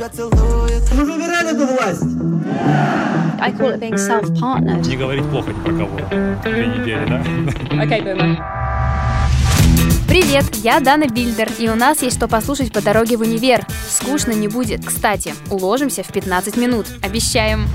поцелует. Мы выбирали эту власть. I call it being self-partnered. Не говорить плохо ни про кого. 2 недели, да? Okay, boomer. Привет, я Дана Бильдер, и у нас есть что послушать по дороге в универ. Скучно не будет. Кстати, уложимся в 15 минут. Обещаем.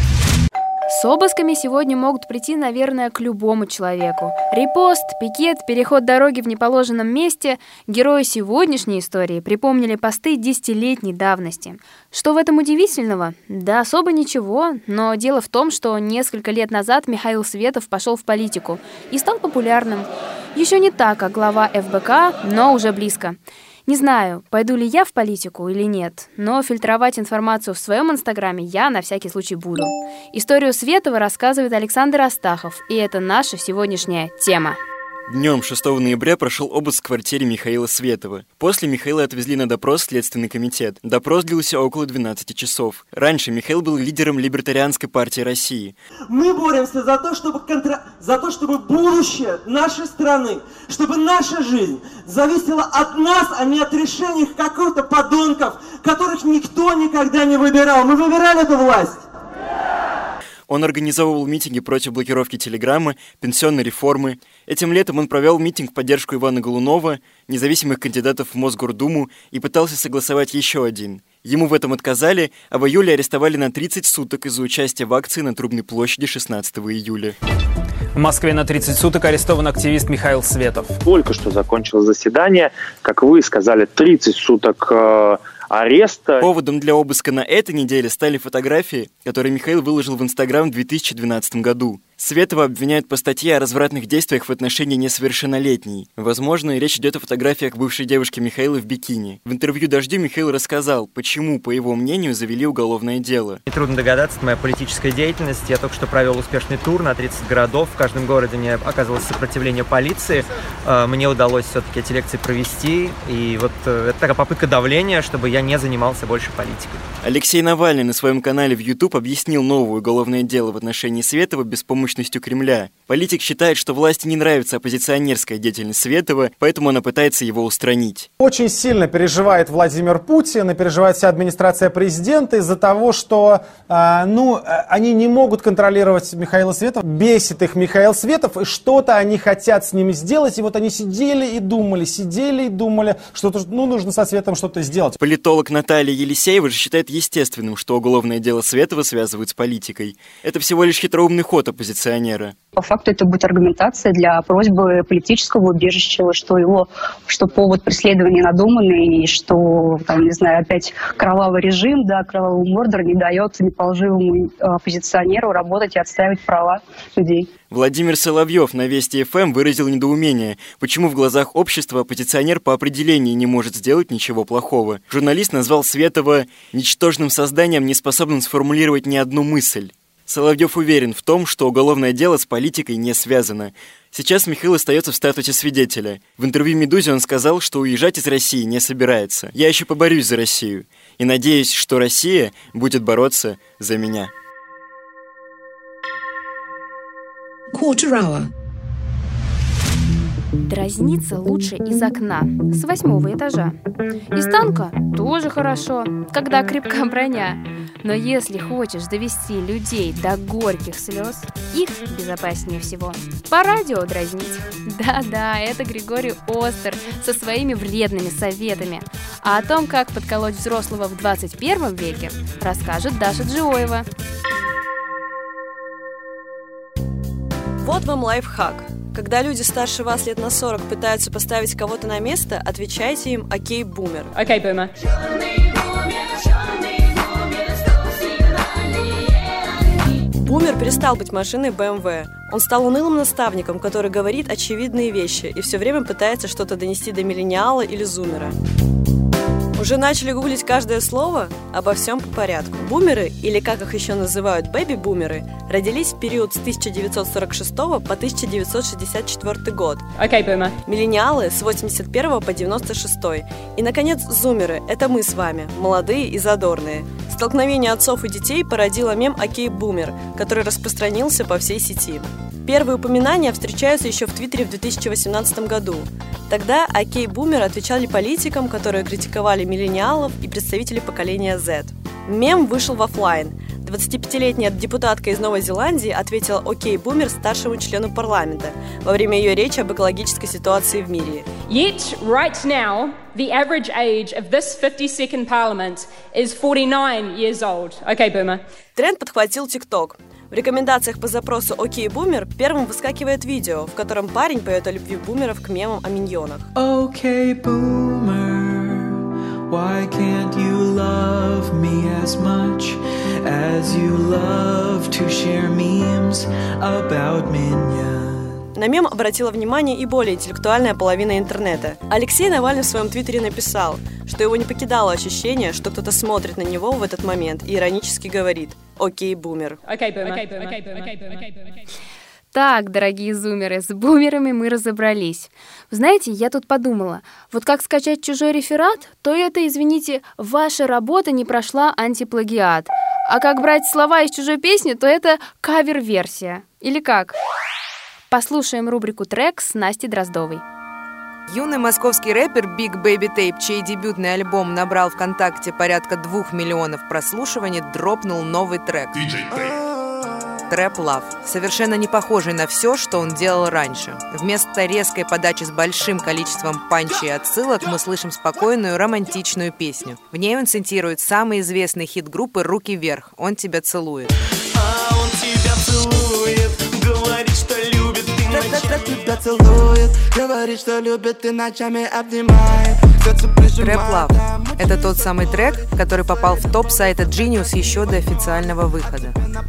С обысками сегодня могут прийти, наверное, к любому человеку. Репост, пикет, переход дороги в неположенном месте. Герои сегодняшней истории припомнили посты 10-летней давности. Что в этом удивительного? Да особо ничего, но дело в том, что несколько лет назад Михаил Светов пошел в политику и стал популярным. Еще не так, как глава ФБК, но уже близко. Не знаю, пойду ли я в политику или нет, но фильтровать информацию в своем инстаграме я на всякий случай буду. Историю Светова рассказывает Александр Астахов, и это наша сегодняшняя тема. Днем 6 ноября прошел обыск в квартире Михаила Светова. После Михаила отвезли на допрос в Следственный комитет. Допрос длился около 12 часов. Раньше Михаил был лидером Либертарианской партии России. Мы боремся за то, чтобы будущее нашей страны, чтобы наша жизнь зависела от нас, а не от решений каких-то подонков, которых никто никогда не выбирал. Мы выбирали эту власть. Он организовывал митинги против блокировки Телеграма, пенсионной реформы. Этим летом он провел митинг в поддержку Ивана Голунова, независимых кандидатов в Мосгордуму, и пытался согласовать еще один. Ему в этом отказали, а в июле арестовали на 30 суток из-за участия в акции на Трубной площади 16 июля. В Москве на 30 суток арестован активист Михаил Светов. Только что закончилось заседание. Как вы сказали, 30 суток ареста. Поводом для обыска на этой неделе стали фотографии, которые Михаил выложил в Инстаграм в 2012 году. Светова обвиняют по статье о развратных действиях в отношении несовершеннолетней. Возможно, речь идет о фотографиях бывшей девушки Михаила в бикини. В интервью «Дождю» Михаил рассказал, почему, по его мнению, завели уголовное дело. Нетрудно догадаться, это моя политическая деятельность. Я только что провел успешный тур на 30 городов. В каждом городе мне оказывалось сопротивление полиции. Мне удалось все-таки эти лекции провести. И вот это такая попытка давления, чтобы я не занимался больше политикой. Алексей Навальный на своем канале в YouTube объяснил новое уголовное дело в отношении Светова беспомощностью Кремля. Политик считает, что власти не нравится оппозиционерская деятельность Светова, поэтому она пытается его устранить. Очень сильно переживает Владимир Путин и переживает вся администрация президента из-за того, что они не могут контролировать Михаила Светова. Бесит их Михаил Светов, и что-то они хотят с ними сделать. И вот они сидели и думали, что нужно со Светом что-то сделать. Политолог Наталья Елисеева же считает естественным, что уголовное дело Светова связывают с политикой. Это всего лишь хитроумный ход оппозиционера. По факту это будет аргументация для просьбы политического убежища, что повод преследования надуманный, и что, опять кровавый режим, кровавый мордор не дает неположивому оппозиционеру работать и отстаивать права людей. Владимир Соловьев на Вести ФМ выразил недоумение, почему в глазах общества оппозиционер по определению не может сделать ничего плохого. Журналист назвал Светова ничтожным созданием, не способным сформулировать ни одну мысль. Соловьев уверен в том, что уголовное дело с политикой не связано. Сейчас Михаил остается в статусе свидетеля. В интервью «Медузе» он сказал, что уезжать из России не собирается. «Я еще поборюсь за Россию. И надеюсь, что Россия будет бороться за меня». Quarter hour. Дразниться лучше из окна, с 8 этажа. Из танка тоже хорошо, когда крепка броня. Но если хочешь довести людей до горьких слез, их безопаснее всего по радио дразнить. Да-да, это Григорий Остер со своими вредными советами. А о том, как подколоть взрослого в 21 веке, расскажет Даша Джиоева. Вот вам лайфхак. Когда люди старше вас лет на 40 пытаются поставить кого-то на место, отвечайте им «Окей, бумер». Окей, бумер. Бумер перестал быть машиной BMW. Он стал унылым наставником, который говорит очевидные вещи и все время пытается что-то донести до миллениала или зумера. Уже начали гуглить каждое слово? Обо всем по порядку. Бумеры, или как их еще называют бэби-бумеры, родились в период с 1946 по 1964 год. Окей, бумер. Миллениалы с 81 по 96. И, наконец, зумеры – это мы с вами, молодые и задорные. Столкновение отцов и детей породило мем «Окей, бумер», который распространился по всей сети. Первые упоминания встречаются еще в Твиттере в 2018 году. Тогда «Окей, бумер» отвечали политикам, которые критиковали миллениалов и представителей поколения Z. Мем вышел в офлайн. 25-летняя депутатка из Новой Зеландии ответила «Окей, бумер» старшему члену парламента во время ее речи об экологической ситуации в мире. Yet, right now, the average age of this 52nd parliament is 49 years old. Okay, boomer. Тренд подхватил TikTok. В рекомендациях по запросу «Окей, бумер» первым выскакивает видео, в котором парень поет о любви бумеров к мемам о миньонах. Okay, boomer. Why can't you love me as much as you love to share memes about minions? На мем обратила внимание и более интеллектуальная половина интернета. Алексей Навальный в своем твиттере написал, что его не покидало ощущение, что кто-то смотрит на него в этот момент и иронически говорит «Окей, бумер». Так, дорогие зумеры, с бумерами мы разобрались. Вы знаете, я тут подумала, вот как скачать чужой реферат, то это, извините, ваша работа не прошла антиплагиат. А как брать слова из чужой песни, то это кавер-версия. Или как? Послушаем рубрику «Трек» с Настей Дроздовой. Юный московский рэпер Big Baby Tape, чей дебютный альбом набрал ВКонтакте порядка 2 миллионов прослушиваний, дропнул новый трек. Trap Love, совершенно не похожий на все, что он делал раньше. Вместо резкой подачи с большим количеством панчей и отсылок мы слышим спокойную романтичную песню. В ней он цитирует самый известный хит группы «Руки вверх». «Он тебя целует». Он тебя целует, говорит, что любит, ты тебя целует, говорит, что любит, и ночами обнимает. Trap Love – это тот самый трек, который попал в топ сайта Genius еще до официального выхода.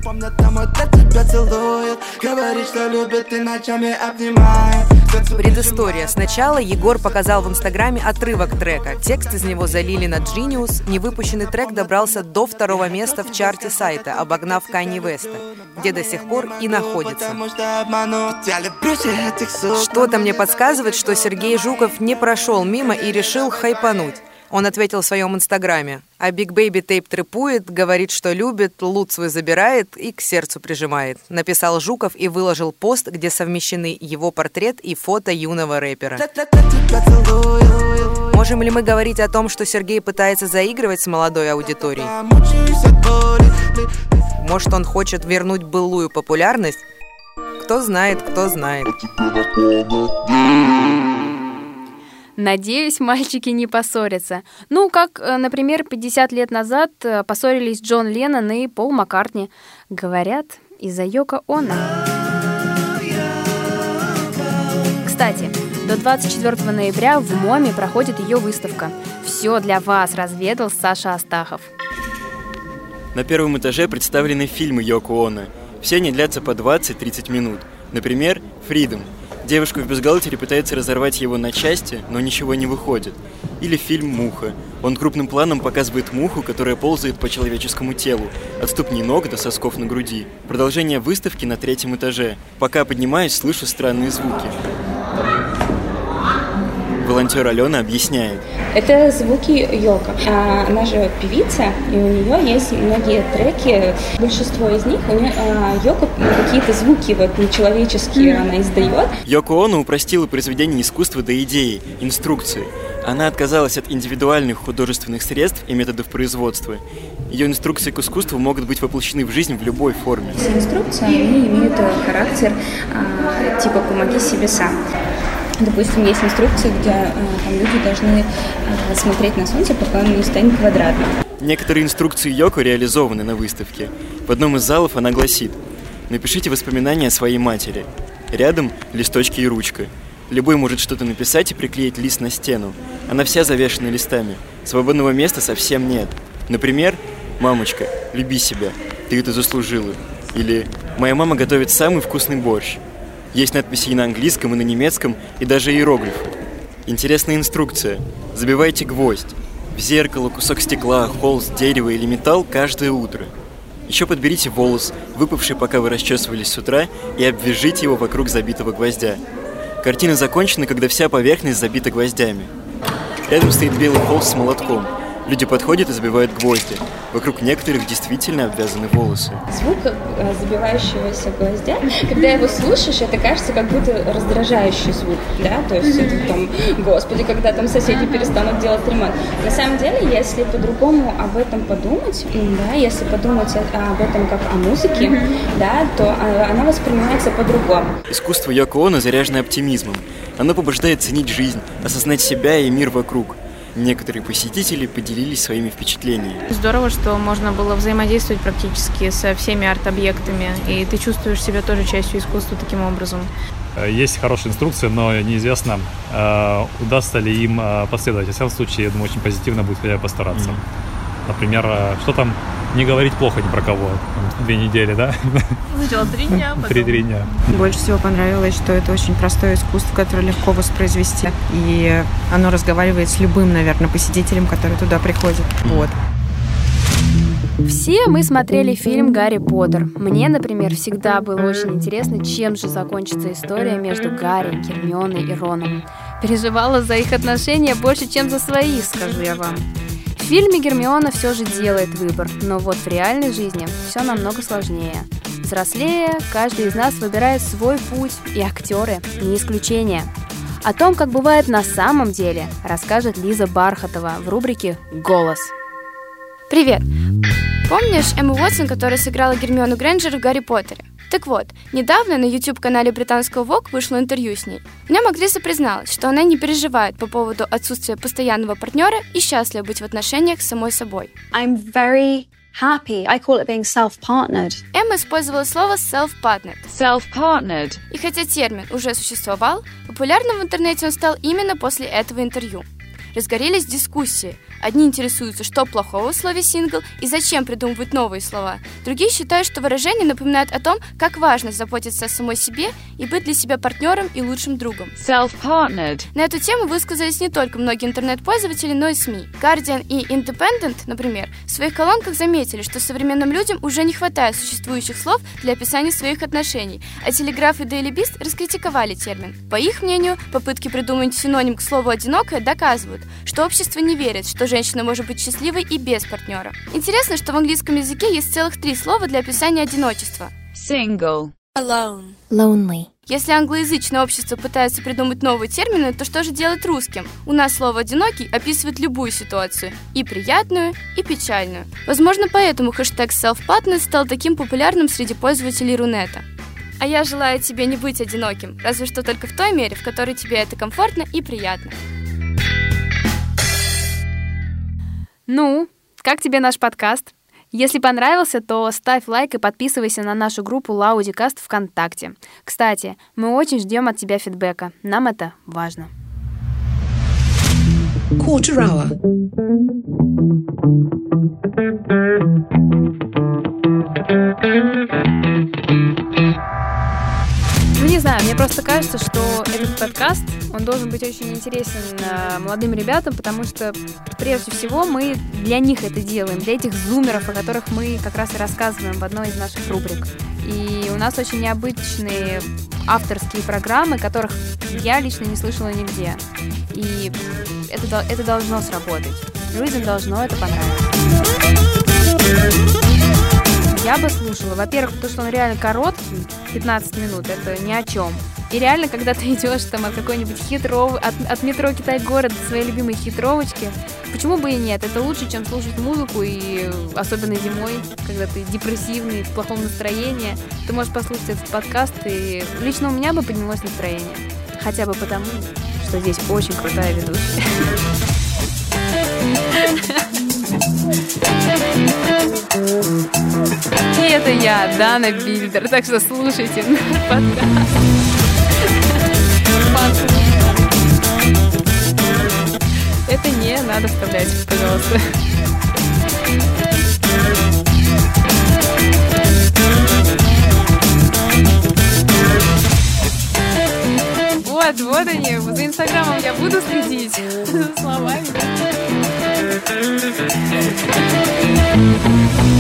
Предыстория. Сначала Егор показал в Инстаграме отрывок трека. Текст из него залили на Genius. Невыпущенный трек добрался до 2-го места в чарте сайта, обогнав Канье Уэста, где до сих пор и находится. Что-то мне подсказывает, что Сергей Жуков не прошел мимо и решил хайпануть. Он ответил в своем инстаграме: а Big Baby Tape трепует, говорит, что любит, лут свой забирает и к сердцу прижимает. Написал Жуков и выложил пост, где совмещены его портрет и фото юного рэпера. Можем ли мы говорить о том, что Сергей пытается заигрывать с молодой аудиторией? Может, он хочет вернуть былую популярность? Кто знает, кто знает. Надеюсь, мальчики не поссорятся. Ну, как, например, 50 лет назад поссорились Джон Леннон и Пол Маккартни. Говорят, из-за Йоко Оно. Кстати, до 24 ноября в МОМе проходит ее выставка. Все для вас разведал Саша Астахов. На первом этаже представлены фильмы Йоко Оно. Все они длятся по 20-30 минут. Например, «Freedom». Девушка в бюстгальтере пытается разорвать его на части, но ничего не выходит. Или фильм «Муха». Он крупным планом показывает муху, которая ползает по человеческому телу, от ступней ног до сосков на груди. Продолжение выставки на 3-м этаже. Пока поднимаюсь, слышу странные звуки. Волонтер Алена объясняет. Это звуки Йоко. Она же певица, и у нее есть многие треки. Большинство из них у нее Йоко какие-то звуки нечеловеческие она издает. Йоко Оно упростила произведение искусства до идеи, инструкции. Она отказалась от индивидуальных художественных средств и методов производства. Ее инструкции к искусству могут быть воплощены в жизнь в любой форме. Все инструкции, они имеют характер типа «помоги себе сам». Допустим, есть инструкции, где там люди должны смотреть на солнце, пока оно не станет квадратным. Некоторые инструкции Йоко реализованы на выставке. В одном из залов она гласит: «Напишите воспоминания о своей матери». Рядом листочки и ручка. Любой может что-то написать и приклеить лист на стену. Она вся завешена листами. Свободного места совсем нет. Например, «Мамочка, люби себя, ты это заслужила». Или «Моя мама готовит самый вкусный борщ». Есть надписи и на английском, и на немецком, и даже иероглифы. Интересная инструкция. Забивайте гвоздь в зеркало, кусок стекла, холст, дерево или металл каждое утро. Еще подберите волос, выпавший, пока вы расчесывались с утра, и обвяжите его вокруг забитого гвоздя. Картина закончена, когда вся поверхность забита гвоздями. Рядом стоит белый холст с молотком. Люди подходят и забивают гвозди. Вокруг некоторых действительно обвязаны волосы. Звук забивающегося гвоздя, когда его слушаешь, это кажется как будто раздражающий звук, да, то есть это там, господи, когда там соседи перестанут делать ремонт. На самом деле, если по-другому об этом подумать, да, если подумать об этом как о музыке, да, то она воспринимается по-другому. Искусство Йоко Оно заряжено оптимизмом. Оно побуждает ценить жизнь, осознать себя и мир вокруг. Некоторые посетители поделились своими впечатлениями. Здорово, что можно было взаимодействовать практически со всеми арт-объектами, и ты чувствуешь себя тоже частью искусства таким образом. Есть хорошие инструкции, но неизвестно, удастся ли им последовать. В всяком случае, я думаю, очень позитивно будет хотя бы постараться. Например, что там не говорить плохо ни про кого. 2 недели, да? Сначала 3 дня, потом... 3 дня. Больше всего понравилось, что это очень простое искусство, которое легко воспроизвести. И оно разговаривает с любым, наверное, посетителем, который туда приходит. Вот. Все мы смотрели фильм «Гарри Поттер». Мне, например, всегда было очень интересно, чем же закончится история между Гарри, Гермионой и Роном. Переживала за их отношения больше, чем за свои, скажу я вам. В фильме Гермиона все же делает выбор, но вот в реальной жизни все намного сложнее. Взрослея, каждый из нас выбирает свой путь, и актеры не исключение. О том, как бывает на самом деле, расскажет Лиза Бархатова в рубрике «Голос». Привет! Помнишь Эмму Уотсон, которая сыграла Гермиону Грейнджер в «Гарри Поттере»? Так вот, недавно на YouTube-канале британского Vogue вышло интервью с ней. В нем актриса призналась, что она не переживает по поводу отсутствия постоянного партнера и счастлива быть в отношениях с самой собой. I'm very happy. I call it being self-partnered. Эмма использовала слово self-partnered. Self-partnered. И хотя термин уже существовал, популярным в интернете он стал именно после этого интервью. Разгорелись дискуссии. Одни интересуются, что плохого в слове «сингл» и зачем придумывать новые слова. Другие считают, что выражение напоминает о том, как важно заботиться о самой себе и быть для себя партнером и лучшим другом. Self-partnered. На эту тему высказались не только многие интернет-пользователи, но и СМИ. Guardian и Independent, например, в своих колонках заметили, что современным людям уже не хватает существующих слов для описания своих отношений, а Telegraph и Daily Beast раскритиковали термин. По их мнению, попытки придумать синоним к слову «одинокая» доказывают, что общество не верит, что женщина может быть счастливой и без партнера. Интересно, что в английском языке есть целых 3 слова для описания одиночества. Single. Alone. Lonely. Если англоязычное общество пытается придумать новые термины, то что же делать русским? У нас слово «одинокий» описывает любую ситуацию, и приятную, и печальную. Возможно, поэтому хэштег self-partner стал таким популярным среди пользователей Рунета. А я желаю тебе не быть одиноким, разве что только в той мере, в которой тебе это комфортно и приятно. Ну, как тебе наш подкаст? Если понравился, то ставь лайк и подписывайся на нашу группу Лаудикаст ВКонтакте. Кстати, мы очень ждем от тебя фидбэка. Нам это важно. Quarter hour. Ну, не знаю, мне просто кажется, что этот подкаст, он должен быть очень интересен молодым ребятам, потому что, прежде всего, мы для них это делаем, для этих зумеров, о которых мы как раз и рассказываем в одной из наших рубрик. И у нас очень необычные авторские программы, которых я лично не слышала нигде. И это должно сработать. Людям должно это понравиться. Я бы слушала. Во-первых, потому что он реально короткий, 15 минут, это ни о чем. И реально, когда ты идешь там от какой-нибудь от метро Китай-город до своей любимой хитровочки, почему бы и нет? Это лучше, чем слушать музыку, и особенно зимой, когда ты депрессивный, в плохом настроении, ты можешь послушать этот подкаст, и лично у меня бы поднялось настроение. Хотя бы потому, что здесь очень крутая ведущая. И это я, Дана Бильдер. Так что слушайте наш подкаст. Это не надо вставлять, пожалуйста. Вот они, за Инстаграмом я буду следить за словами.